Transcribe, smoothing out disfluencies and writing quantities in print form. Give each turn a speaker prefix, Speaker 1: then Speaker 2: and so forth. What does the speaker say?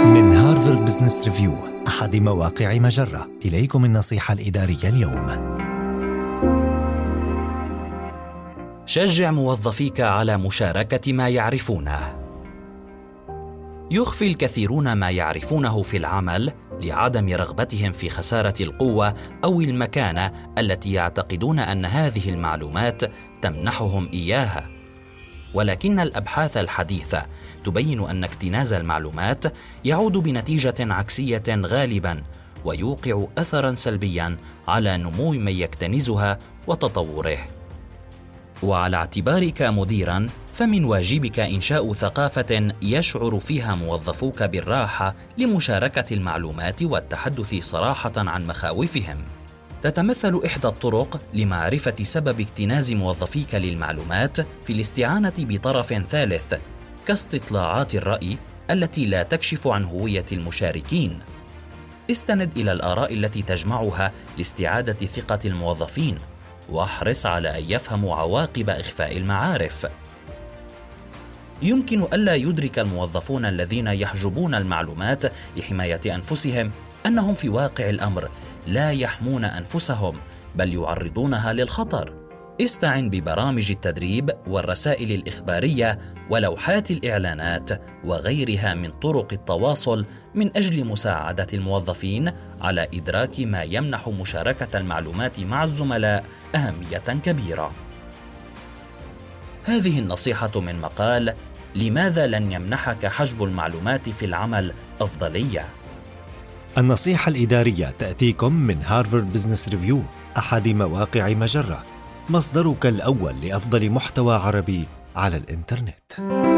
Speaker 1: من هارفارد بزنس ريفيو، أحد مواقع مجرة، إليكم النصيحة الإدارية اليوم.
Speaker 2: شجع موظفيك على مشاركة ما يعرفونه. يخفي الكثيرون ما يعرفونه في العمل لعدم رغبتهم في خسارة القوة أو المكانة التي يعتقدون أن هذه المعلومات تمنحهم إياها. ولكن الأبحاث الحديثة تبين أن اكتناز المعلومات يعود بنتيجة عكسية غالباً، ويوقع أثراً سلبياً على نمو من يكتنزها وتطوره. وعلى اعتبارك مديراً، فمن واجبك إنشاء ثقافة يشعر فيها موظفوك بالراحة لمشاركة المعلومات والتحدث صراحة عن مخاوفهم. تتمثل إحدى الطرق لمعرفة سبب اكتناز موظفيك للمعلومات في الاستعانة بطرف ثالث كاستطلاعات الرأي التي لا تكشف عن هوية المشاركين. استند إلى الآراء التي تجمعها لاستعادة ثقة الموظفين، واحرص على أن يفهموا عواقب إخفاء المعارف. يمكن ألا يدرك الموظفون الذين يحجبون المعلومات لحماية أنفسهم أنهم في واقع الأمر لا يحمون أنفسهم، بل يعرضونها للخطر. استعن ببرامج التدريب والرسائل الإخبارية ولوحات الإعلانات وغيرها من طرق التواصل من أجل مساعدة الموظفين على إدراك ما يمنح مشاركة المعلومات مع الزملاء أهمية كبيرة. هذه النصيحة من مقال لماذا لن يمنحك حجب المعلومات في العمل أفضلية؟
Speaker 1: النصيحة الإدارية تأتيكم من هارفارد بزنس ريفيو، أحد مواقع مجرة، مصدرك الأول لأفضل محتوى عربي على الإنترنت.